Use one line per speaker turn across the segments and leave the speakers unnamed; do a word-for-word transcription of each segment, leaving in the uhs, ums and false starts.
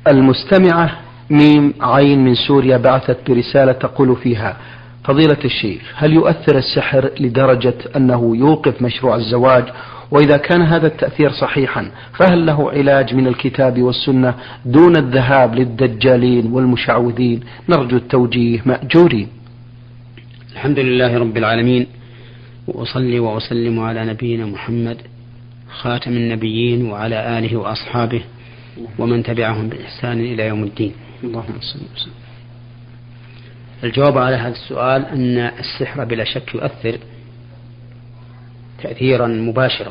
المستمعة ميم عين من سوريا بعثت برسالة تقول فيها: فضيلة الشيخ، هل يؤثر السحر لدرجة أنه يوقف مشروع الزواج؟ وإذا كان هذا التأثير صحيحا فهل له علاج من الكتاب والسنة دون الذهاب للدجالين والمشعوذين؟ نرجو التوجيه مأجورين.
الحمد لله رب العالمين، وأصلي وأسلم على نبينا محمد خاتم النبيين وعلى آله وأصحابه ومن تبعهم بإحسان إلى يوم الدين.
اللهم صل وسلم.
الجواب على هذا السؤال أن السحر بلا شك يؤثر تأثيرا مباشرا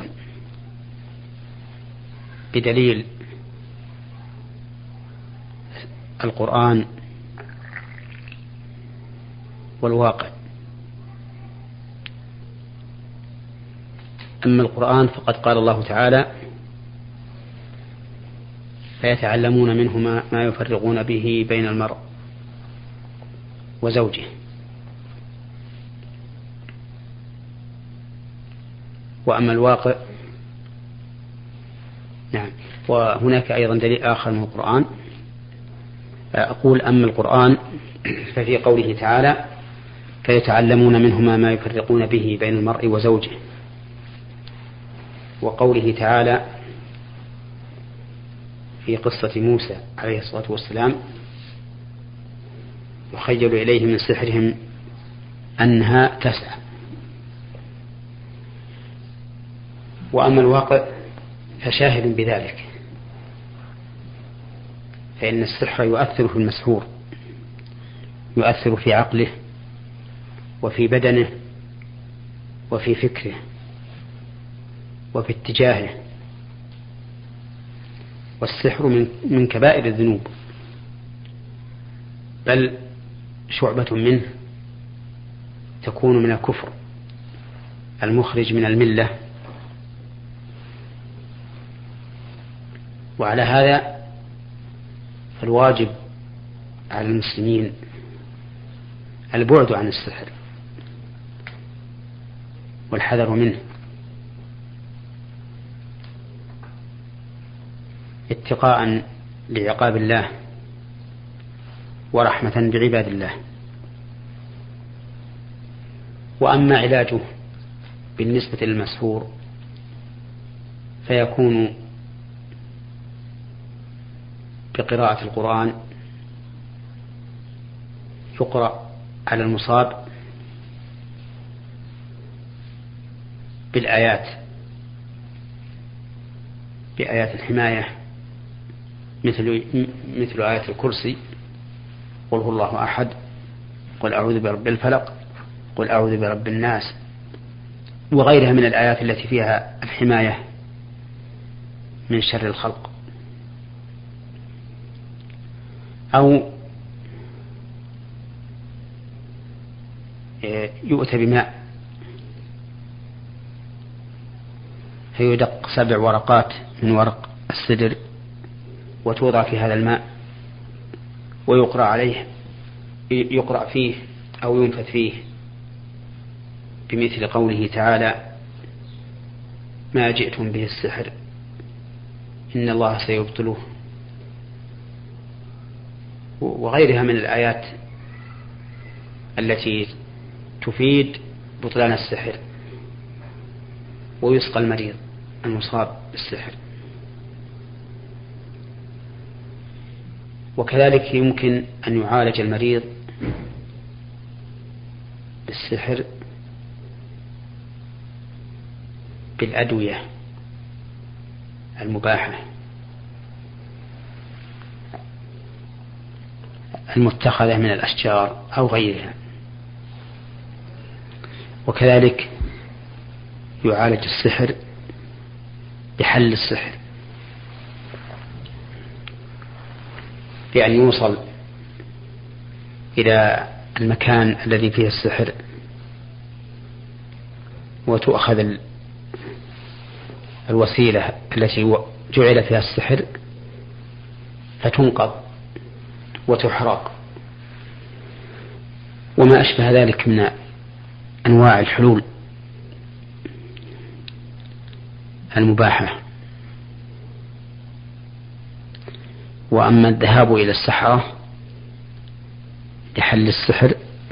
بدليل القرآن والواقع. أما القرآن فقد قال الله تعالى: فيتعلمون منهما ما يفرقون به بين المرء وزوجه. وأما الواقع نعم، وهناك أيضا دليل آخر من القرآن. أقول أما القرآن ففي قوله تعالى: فيتعلمون منهما ما يفرقون به بين المرء وزوجه، وقوله تعالى في قصة موسى عليه الصلاة والسلام: يخيل إليه من سحرهم أنها تسعى. وأما الواقع فشاهد بذلك، فإن السحر يؤثر في المسحور، يؤثر في عقله وفي بدنه وفي فكره وفي اتجاهه. والسحر من, من كبائر الذنوب، بل شعبة منه تكون من الكفر المخرج من الملة. وعلى هذا فالواجب على المسلمين البعد عن السحر والحذر منه اتقاء لعقاب الله ورحمة بعباد الله. وأما علاجه بالنسبة للمسحور فيكون بقراءة القرآن، يقرأ على المصاب بالآيات بآيات الحماية مثل مثل آية الكرسي: قل هو الله أحد، قل أعوذ برب الفلق، قل أعوذ برب الناس، وغيرها من الآيات التي فيها الحماية من شر الخلق. أو يؤتى بماء فيدق سبع ورقات من ورق السدر وتوضع في هذا الماء ويقرأ عليه، يقرأ فيه أو ينفث فيه بمثل قوله تعالى: ما جئتم به السحر إن الله سيبطله، وغيرها من الآيات التي تفيد بطلان السحر. ويسقى المريض المصاب بالسحر. وكذلك يمكن أن يعالج المريض بالسحر بالأدوية المباحة المتخذة من الأشجار أو غيرها. وكذلك يعالج السحر بحل السحر، بأن يوصل إلى المكان الذي فيه السحر وتؤخذ الوسيلة التي جعل فيها السحر فتنقض وتحرق وما أشبه ذلك من أنواع الحلول المباحة. وأما الذهاب إلى السحرة لحل السحر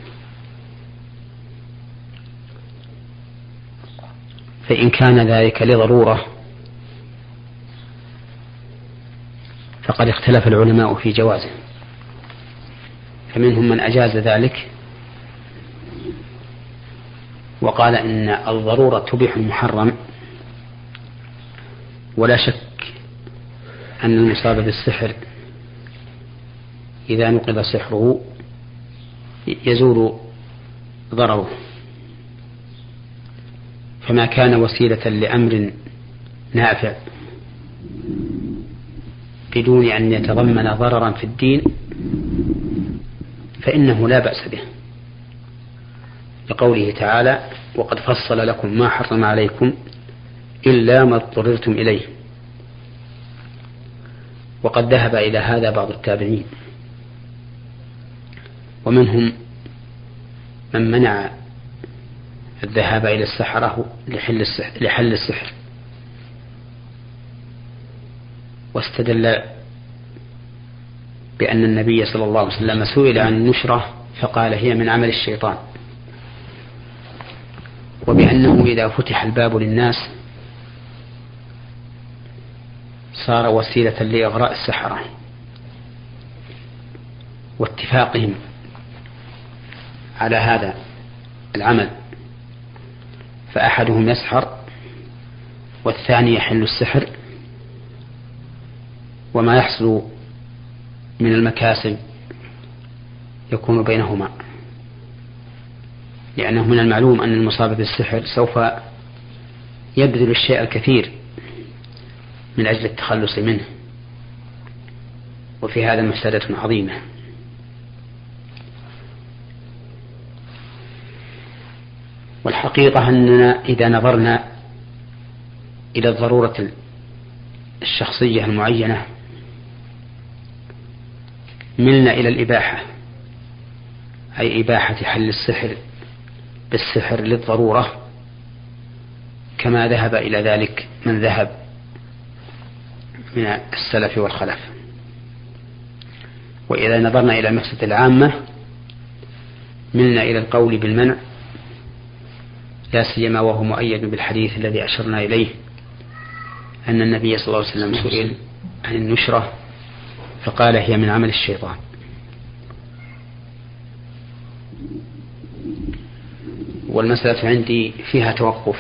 فإن كان ذلك لضرورة فقد اختلف العلماء في جوازه، فمنهم من أجاز ذلك وقال إن الضرورة تبيح المحرم، ولا شك أن المصاب بالسحر إذا نقض سحره يزول ضرره، فما كان وسيلة لأمر نافع بدون أن يتضمن ضررا في الدين فإنه لا بأس به، لقوله تعالى: وقد فصل لكم ما حرم عليكم إلا ما اضطررتم إليه. وقد ذهب إلى هذا بعض التابعين، ومنهم من منع الذهاب إلى السحرة لحل السحر, لحل السحر واستدل بأن النبي صلى الله عليه وسلم سئل عن النشرة فقال: هي من عمل الشيطان، وبأنه إذا فتح الباب للناس صار وسيلة لإغراء السحرة، واتفاقهم على هذا العمل، فأحدهم يسحر والثاني يحل السحر، وما يحصل من المكاسب يكون بينهما، لأنه من المعلوم أن المصاب بالسحر سوف يبذل الشيء الكثير من أجل التخلص منه، وفي هذا مفسدة عظيمة. والحقيقة أننا إذا نظرنا إلى الضرورة الشخصية المعينة ملنا إلى الإباحة، أي إباحة حل السحر بالسحر للضرورة، كما ذهب إلى ذلك من ذهب من السلف والخلف. وإذا نظرنا إلى المفسدة العامة ملنا إلى القول بالمنع، لا سيما وهو مؤيد بالحديث الذي أشرنا إليه أن النبي صلى الله عليه وسلم سئل عن النشرة فقال: هي من عمل الشيطان. والمسألة عندي فيها توقف،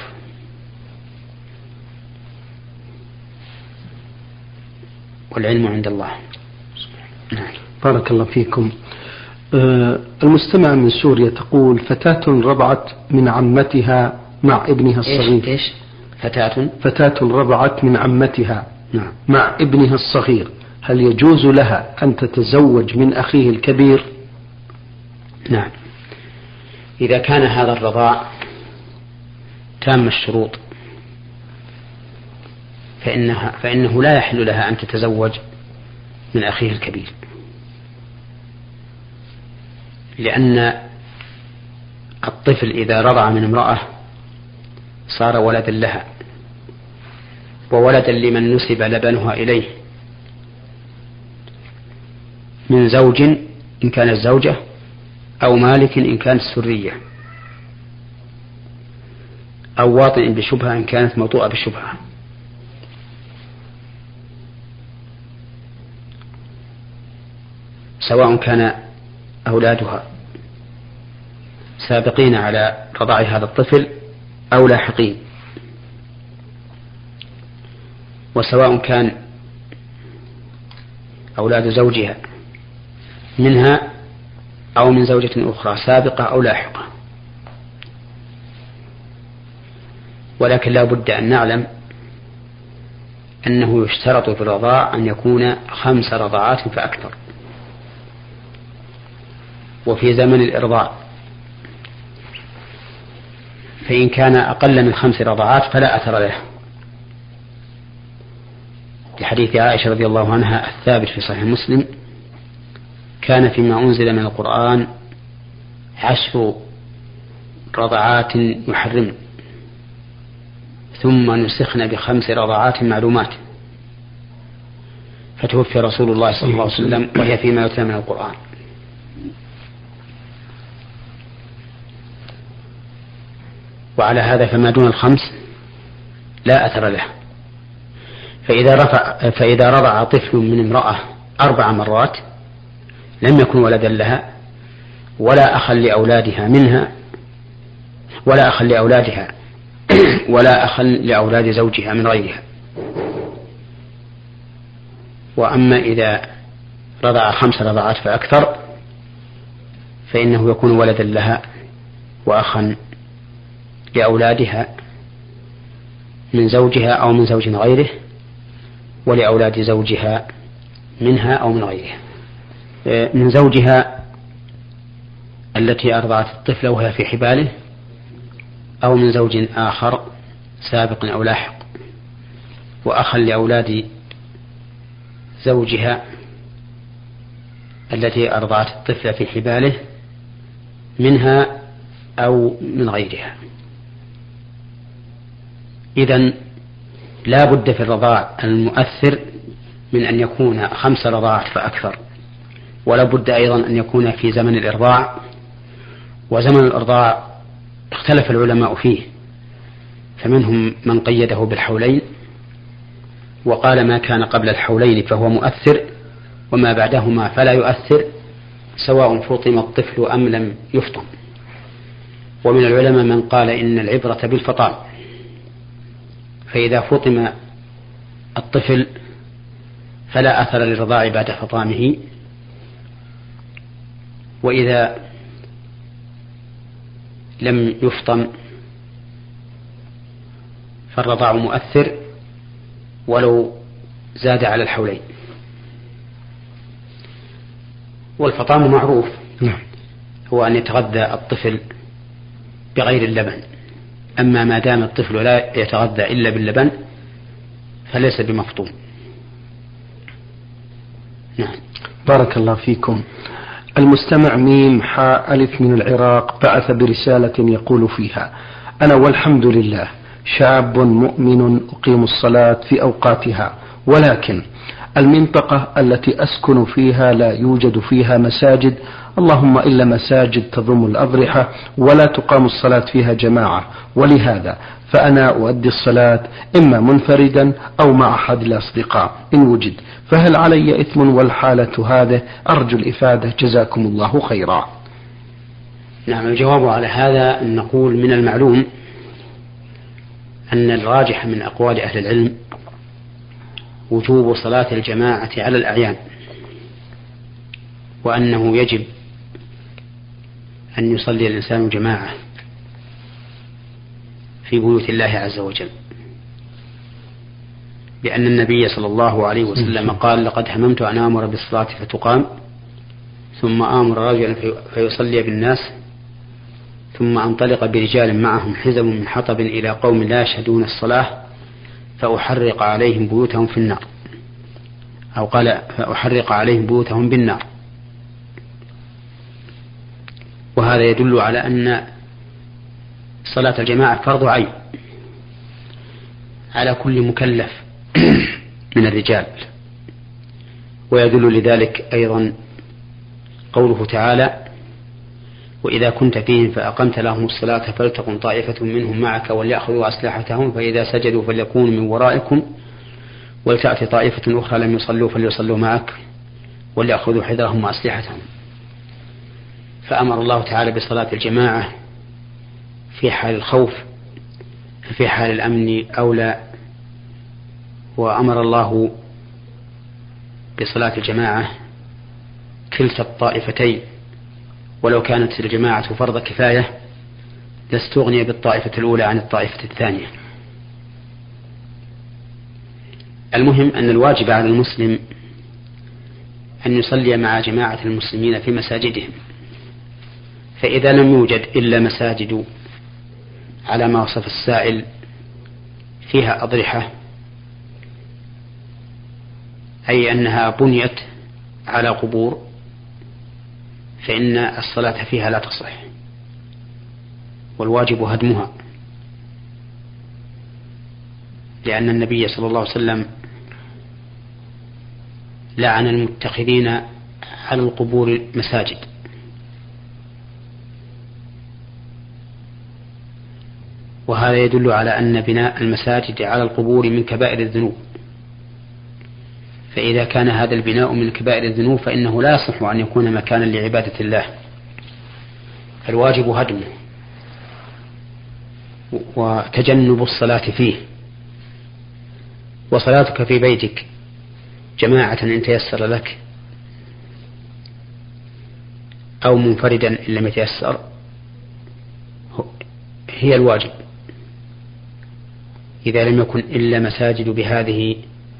والعلم عند الله.
نعم. بارك الله فيكم. آه المستمع من سوريا تقول: فتاة رضعت من عمتها مع ابنها الصغير.
إيش؟ فتاة
فتاة رضعت من عمتها
نعم.
مع ابنها الصغير، هل يجوز لها أن تتزوج من أخيه الكبير؟
نعم، إذا كان هذا الرضاع تام الشروط فإنها فإنه لا يحل لها أن تتزوج من أخيه الكبير، لأن الطفل إذا رضع من امرأة صار ولدا لها وولدا لمن نسب لبنها إليه من زوج إن كانت زوجة أو مالك إن كانت سرية أو واطئ بشبهة إن كانت موطوءة بشبهة. سواء كان أولادها سابقين على رضاع هذا الطفل أو لاحقين، وسواء كان أولاد زوجها منها أو من زوجة أخرى سابقة أو لاحقة. ولكن لا بد أن نعلم أنه يشترط في الرضاع أن يكون خمس رضعات فأكثر، وفي زمن الإرضاع فإن كان أقل من خمس رضعات فلا أثر له، لحديث عائشة رضي الله عنها الثابت في صحيح مسلم: كان فيما أنزل من القرآن عشر رضعات يحرم ثم نسخن بخمس رضعات معلومات. فتوفي رسول الله صلى الله عليه وسلم وهي فيما يتلى من القرآن. وعلى هذا فما دون الخمس لا أثر له. فإذا رفع فإذا رضع طفل من امرأة أربع مرات لم يكن ولدا لها ولا أخا لأولادها منها ولا أخا لأولادها ولا أخا لأولاد زوجها من غيرها. وأما إذا رضع خمس رضعات فأكثر فإنه يكون ولدا لها وأخا لأولادها من زوجها أو من زوج غيره ولأولاد زوجها منها أو من غيرها. من زوجها التي أرضعت الطفل وهي في حباله أو من زوج آخر سابق أو لاحق، وأخا لأولاد زوجها التي أرضعت الطفل في حباله منها أو من غيرها. إذن لا بد في الرضاع المؤثر من أن يكون خمس رضاعات فأكثر، ولا بد أيضا أن يكون في زمن الإرضاع. وزمن الإرضاع اختلف العلماء فيه، فمنهم من قيده بالحولين وقال ما كان قبل الحولين فهو مؤثر وما بعدهما فلا يؤثر سواء فطم الطفل أم لم يفطم. ومن العلماء من قال إن العبرة بالفطام، فإذا فطم الطفل فلا أثر للرضاع بعد فطامه، وإذا لم يفطم فالرضاع مؤثر ولو زاد على الحولين. والفطام معروف هو أن يتغذى الطفل بغير اللبن، أما ما دام الطفل لا يتغذى إلا باللبن فليس بمفطوم. نعم.
بارك الله فيكم. المستمع ميم حاء ألف من العراق بعث برسالة يقول فيها: أنا والحمد لله شاب مؤمن أقيم الصلاة في أوقاتها، ولكن المنطقة التي أسكن فيها لا يوجد فيها مساجد، اللهم إلا مساجد تضم الأضرحة ولا تقام الصلاة فيها جماعة، ولهذا فأنا أؤدي الصلاة إما منفردا أو مع أحد الأصدقاء إن وجد، فهل علي إثم والحالة هذه؟ أرجو الإفادة جزاكم الله خيرا.
نعم، الجواب على هذا أن نقول من المعلوم أن الراجح من أقوال أهل العلم وجوب صلاة الجماعة على الأعيان، وأنه يجب أن يصلي الإنسان جماعة في بيوت الله عز وجل، لأن النبي صلى الله عليه وسلم قال: لقد هممت أن آمر بالصلاة فتقام ثم آمر رجلا فيصلي بالناس ثم أنطلق برجال معهم حزم من حطب إلى قوم لا يشهدون الصلاة فأحرق عليهم بيوتهم في النار، أو قال فأحرق عليهم بيوتهم بالنار. وهذا يدل على أن صلاة الجماعة فرض عين على كل مكلف من الرجال. ويدل لذلك أيضا قوله تعالى: وإذا كنت فيهم فأقمت لهم الصلاة فلتقم طائفة منهم معك وليأخذوا أسلحتهم فإذا سجدوا فليكونوا من ورائكم ولتأتي طائفة أخرى لم يصلوا فليصلوا معك وليأخذوا حذرهم وأسلحتهم. فأمر الله تعالى بصلاة الجماعة في حال الخوف، في حال الأمن أولى. وأمر الله بصلاة الجماعة كلتا الطائفتين، ولو كانت الجماعة فرض كفاية لاستغني بالطائفة الأولى عن الطائفة الثانية. المهم أن الواجب على المسلم أن يصلي مع جماعة المسلمين في مساجدهم، فإذا لم يوجد إلا مساجد على ما وصف السائل فيها أضرحة، أي أنها بنيت على قبور، فإن الصلاة فيها لا تصح، والواجب هدمها، لأن النبي صلى الله عليه وسلم لعن المتخذين على القبور مساجد. وهذا يدل على أن بناء المساجد على القبور من كبائر الذنوب، فإذا كان هذا البناء من كبائر الذنوب فإنه لا يصح أن يكون مكانا لعبادة الله، الواجب هدمه وتجنب الصلاة فيه. وصلاتك في بيتك جماعة إن تيسر لك أو منفردا إن لم يتيسر هي الواجب، إذا لم يكن إلا مساجد بهذه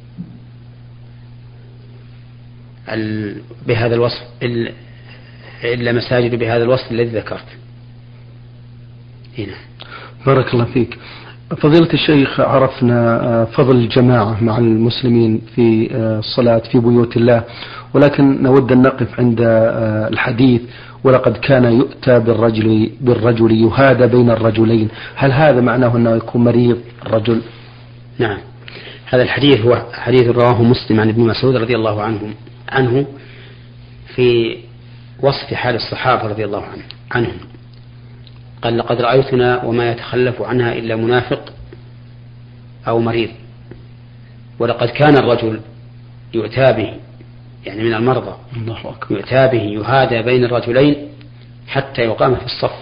بهذا الوصف إلا مساجد بهذا الوصف الذي ذكرت. هنا
بارك الله فيك. فضيلة الشيخ، عرفنا فضل الجماعة مع المسلمين في الصلاة في بيوت الله، ولكن نود أن نقف عند الحديث ولقد كان يؤتى بالرجل بالرجل يهادى بين الرجلين، هل هذا معناه أنه يكون مريض الرجل؟
نعم، هذا الحديث هو حديث رواه مسلم عن ابن مسعود رضي الله عنه عنه في وصف حال الصحابة رضي الله عنه عنهم قال: لقد رأيتنا وما يتخلف عنها إلا منافق أو مريض. ولقد كان الرجل يؤتى به، يعني من المرضى، يؤتى به يهادى بين الرجلين حتى يقام في الصف.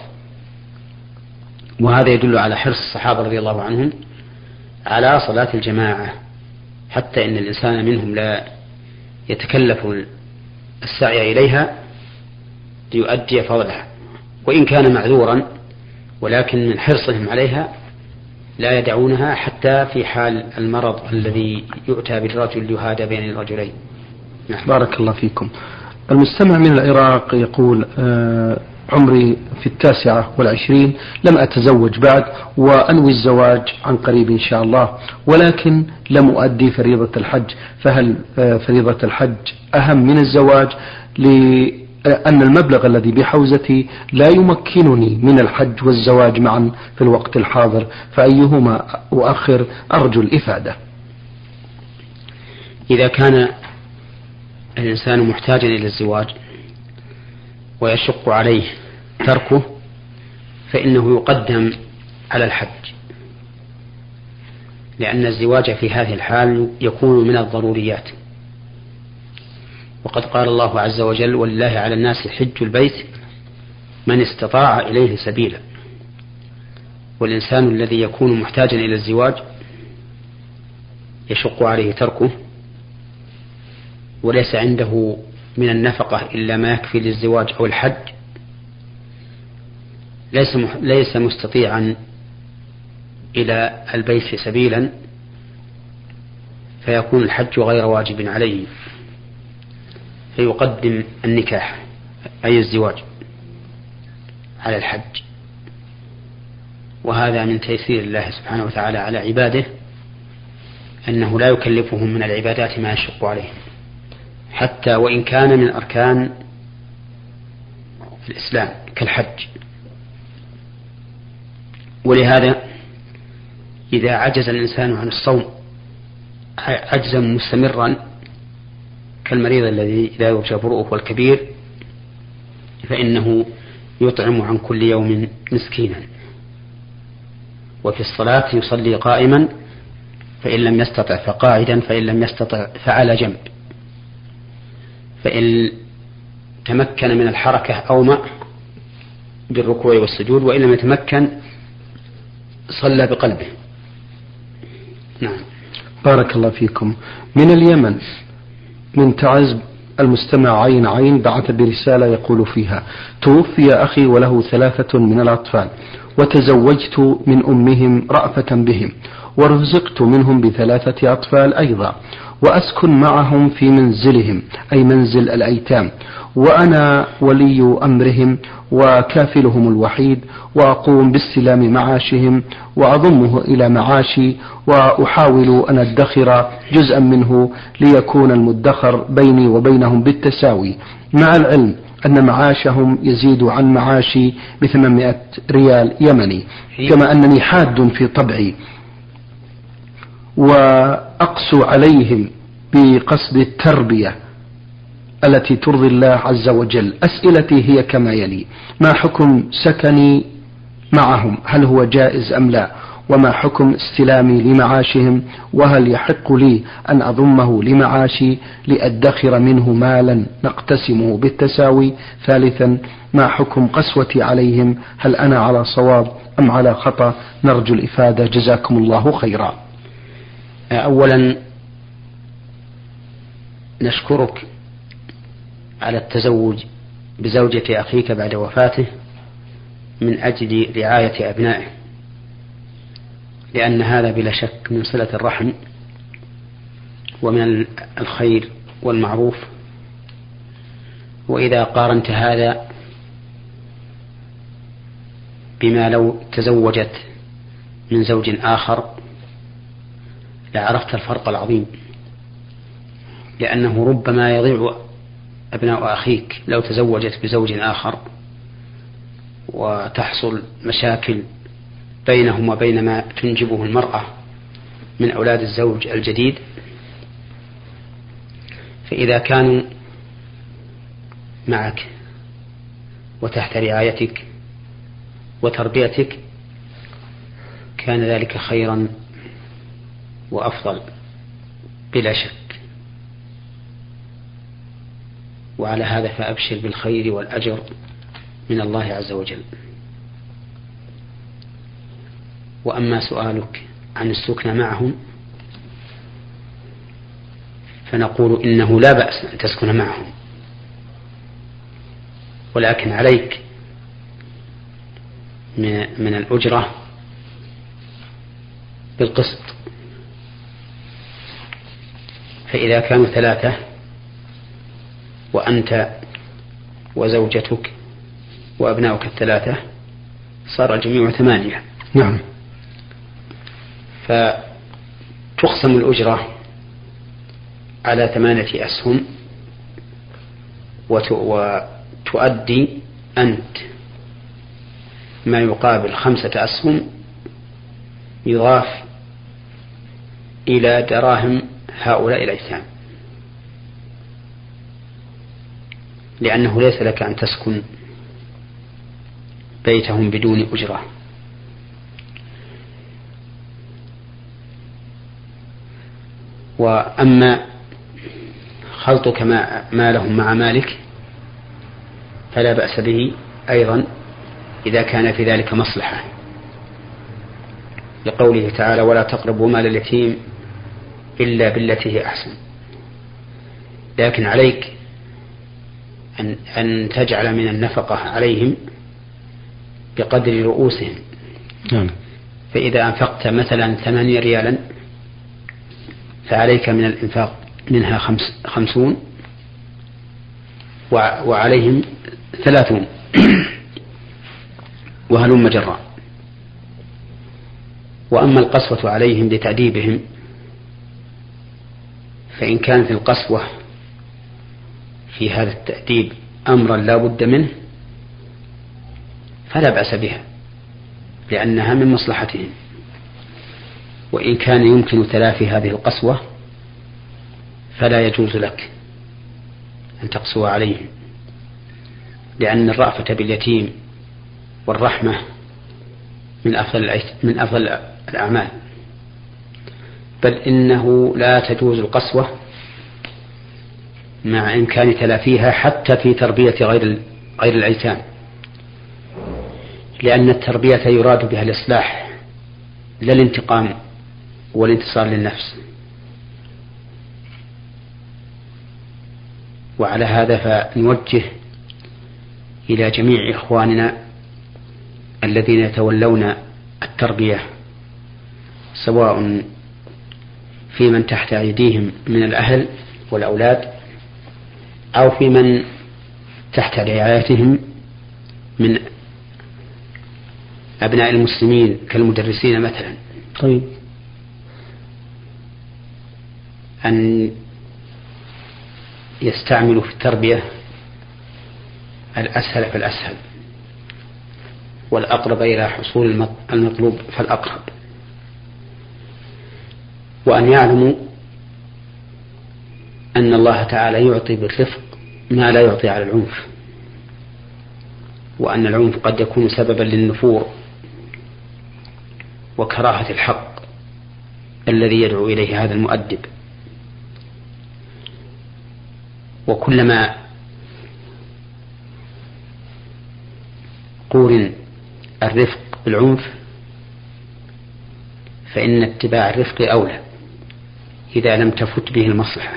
وهذا يدل على حرص الصحابة رضي الله عنهم على صلاة الجماعة، حتى إن الإنسان منهم لا يتكلف السعي إليها ليؤدي فضلها، وإن كان معذورا، ولكن من حرصهم عليها لا يدعونها حتى في حال المرض الذي يؤتى بالرجل يهادى بين الرجلين.
نعم. بارك الله فيكم. المستمع من العراق يقول: آه عمري في التاسعة والعشرين، لم أتزوج بعد وأنوي الزواج عن قريب إن شاء الله، ولكن لم أؤدي فريضة الحج، فهل آه فريضة الحج أهم من الزواج؟ لأن المبلغ الذي بحوزتي لا يمكنني من الحج والزواج معا في الوقت الحاضر، فأيهما أؤخر؟ أرجو الإفادة.
إذا كان الإنسان محتاجا إلى الزواج ويشق عليه تركه فإنه يقدم على الحج، لأن الزواج في هذه الحال يكون من الضروريات. وقد قال الله عز وجل: ولله على الناس حج البيت من استطاع إليه سبيلا. والإنسان الذي يكون محتاجا إلى الزواج يشق عليه تركه وليس عنده من النفقة إلا ما يكفي للزواج أو الحج، ليس ليس مستطيعا إلى البيت سبيلا، فيكون الحج غير واجب عليه، فيقدم النكاح أي الزواج على الحج. وهذا من تيسير الله سبحانه وتعالى على عباده، أنه لا يكلفهم من العبادات ما يشق عليهم، حتى وإن كان من أركان الإسلام كالحج. ولهذا إذا عجز الإنسان عن الصوم عجزا مستمرا كالمريض الذي لا يرجى برؤه والكبير، فإنه يطعم عن كل يوم مسكينا. وفي الصلاة يصلي قائما، فإن لم يستطع فقاعدا، فإن لم يستطع فعلى جنب، فإن تمكن من الحركة أومأ بالركوع والسجود، وإن لم يتمكن صلى بقلبه. نعم.
بارك الله فيكم. من اليمن، من تعز المستمع عين عين بعث برسالة يقول فيها: توفي أخي وله ثلاثة من الأطفال، وتزوجت من أمهم رأفة بهم، ورزقت منهم بثلاثة أطفال أيضا، وأسكن معهم في منزلهم أي منزل الأيتام، وأنا ولي أمرهم وكافلهم الوحيد، وأقوم باستلام معاشهم وأضمه إلى معاشي، وأحاول أن أدخر جزءا منه ليكون المدخر بيني وبينهم بالتساوي، مع العلم أن معاشهم يزيد عن معاشي بثمانمائة ريال يمني، كما أنني حاد في طبعي وأقسو عليهم بقصد التربية التي ترضي الله عز وجل. أسئلتي هي كما يلي: ما حكم سكني معهم؟ هل هو جائز أم لا؟ وما حكم استلامي لمعاشهم؟ وهل يحق لي أن أضمه لمعاشي لأدخر منه مالا نقتسمه بالتساوي؟ ثالثا: ما حكم قسوتي عليهم؟ هل أنا على صواب أم على خطأ؟ نرجو الإفادة، جزاكم الله خيرا.
أولا نشكرك على التزوج بزوجة أخيك بعد وفاته من أجل رعاية أبنائه، لأن هذا بلا شك من صلة الرحم ومن الخير والمعروف. وإذا قارنت هذا بما لو تزوجت من زوج آخر لعرفت الفرق العظيم، لأنه ربما يضيع أبناء أخيك لو تزوجت بزوج آخر وتحصل مشاكل بينهم وبين ما تنجبه المرأة من أولاد الزوج الجديد. فإذا كانوا معك وتحت رعايتك وتربيتك كان ذلك خيرا وأفضل بلا شك. وعلى هذا فأبشر بالخير والأجر من الله عز وجل. وأما سؤالك عن السكن معهم فنقول إنه لا بأس أن تسكن معهم، ولكن عليك من الأجرة بالقسط. فإذا كانوا ثلاثة وأنت وزوجتك وأبناؤك الثلاثة صار الجميع ثمانية.
نعم.
فتقسم الأجرة على ثمانية أسهم وتؤدي أنت ما يقابل خمسة أسهم يضاف إلى دراهم هؤلاء الأيتام، لأنه ليس لك أن تسكن بيتهم بدون أجرة. وأما خلطك مالهم مع مالك فلا بأس به أيضا إذا كان في ذلك مصلحة، لقوله تعالى: ولا تقربوا مال اليتيم إلا بالتي هي أحسن. لكن عليك أن, أن تجعل من النفقة عليهم بقدر رؤوسهم.
نعم.
فإذا أنفقت مثلا ثمانية ريالا فعليك من الإنفاق منها خمس خمسون وعليهم ثلاثون وهلم جرا. وأما القسوة عليهم لتأديبهم فإن كانت القسوة في هذا التأديب أمرا لا بد منه فلا بأس بها، لأنها من مصلحتهم. وإن كان يمكن تلافي هذه القسوة فلا يجوز لك أن تقسو عليهم، لأن الرأفة باليتيم والرحمة من أفضل من أفضل الأعمال، بل إنه لا تجوز القسوة مع إمكان تلافيها حتى في تربية غير غير الأيتام، لأن التربية يراد بها الإصلاح لا الانتقام والانتصار للنفس. وعلى هذا فنوجه إلى جميع إخواننا الذين يتولون التربية سواء في من تحت أيديهم من الأهل والأولاد أو في من تحت رعايتهم من أبناء المسلمين كالمدرسين مثلا.
طيب.
أن يستعملوا في التربية الأسهل فالأسهل والأقرب إلى حصول المطلوب فالأقرب، وأن يعلموا أن الله تعالى يعطي بالرفق ما لا يعطي على العنف، وأن العنف قد يكون سببا للنفور وكراهة الحق الذي يدعو إليه هذا المؤدب. وكلما قورن الرفق بالعنف فإن اتباع الرفق أولى إذا لم تفت به المصلحة.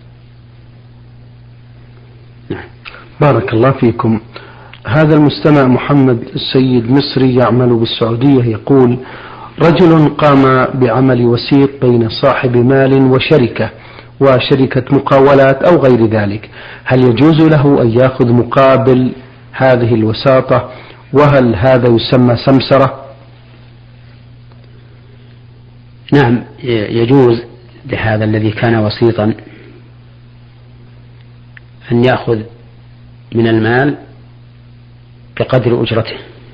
نعم.
بارك الله فيكم. هذا المستمع محمد السيد مصري يعمل بالسعودية يقول: رجل قام بعمل وسيط بين صاحب مال وشركة وشركة مقاولات أو غير ذلك، هل يجوز له أن يأخذ مقابل هذه الوساطة؟ وهل هذا يسمى سمسرة؟
نعم، يجوز لهذا الذي كان وسيطا أن يأخذ من المال بقدر أجرته،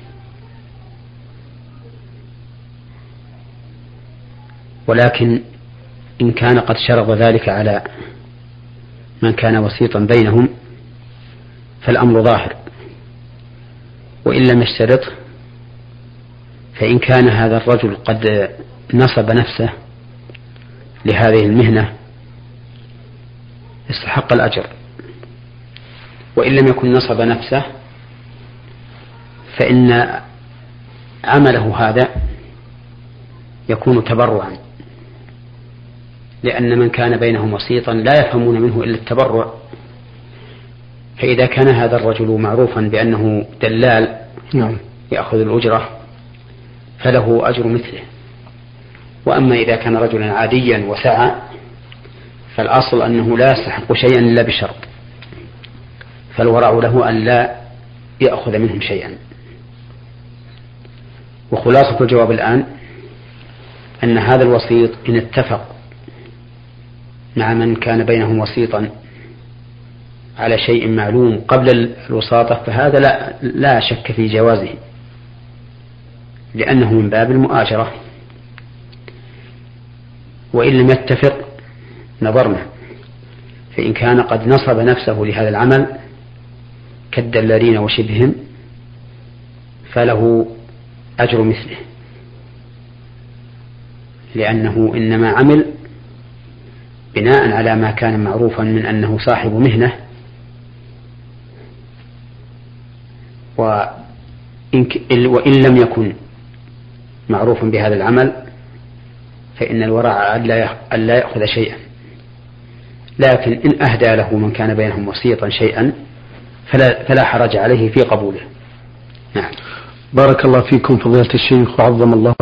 ولكن إن كان قد شرط ذلك على من كان وسيطا بينهم فالأمر ظاهر، وإن لم يشترط فإن كان هذا الرجل قد نصب نفسه لهذه المهنة استحق الأجر، وإن لم يكن نصب نفسه فإن عمله هذا يكون تبرعا، لأن من كان بينهم وسيطا لا يفهمون منه إلا التبرع، فإذا كان هذا الرجل معروفا بأنه دلال
نعم
يأخذ الأجرة فله أجر مثله. وأما إذا كان رجلا عاديا وسعى فالأصل أنه لا يستحق شيئا إلا بشرط، فالورع له أن لا يأخذ منهم شيئا. وخلاصة الجواب الآن أن هذا الوسيط إن اتفق مع من كان بينهم وسيطا على شيء معلوم قبل الوساطة فهذا لا, لا شك في جوازه، لأنه من باب المؤاجرة. وإن لم يتفق نظرنا، فإن كان قد نصب نفسه لهذا العمل كالدلالين وشبههم فله أجر مثله، لأنه إنما عمل بناء على ما كان معروفا من أنه صاحب مهنة، وإن لم يكن معروفا بهذا العمل فإن الورع ألا يأخذ شيئا، لكن إن أهدى له من كان بينهم وسيطا شيئا فلا, فلا حرج عليه في قبوله. نعم.
بارك الله فيكم فضيلة الشيخ وعظم الله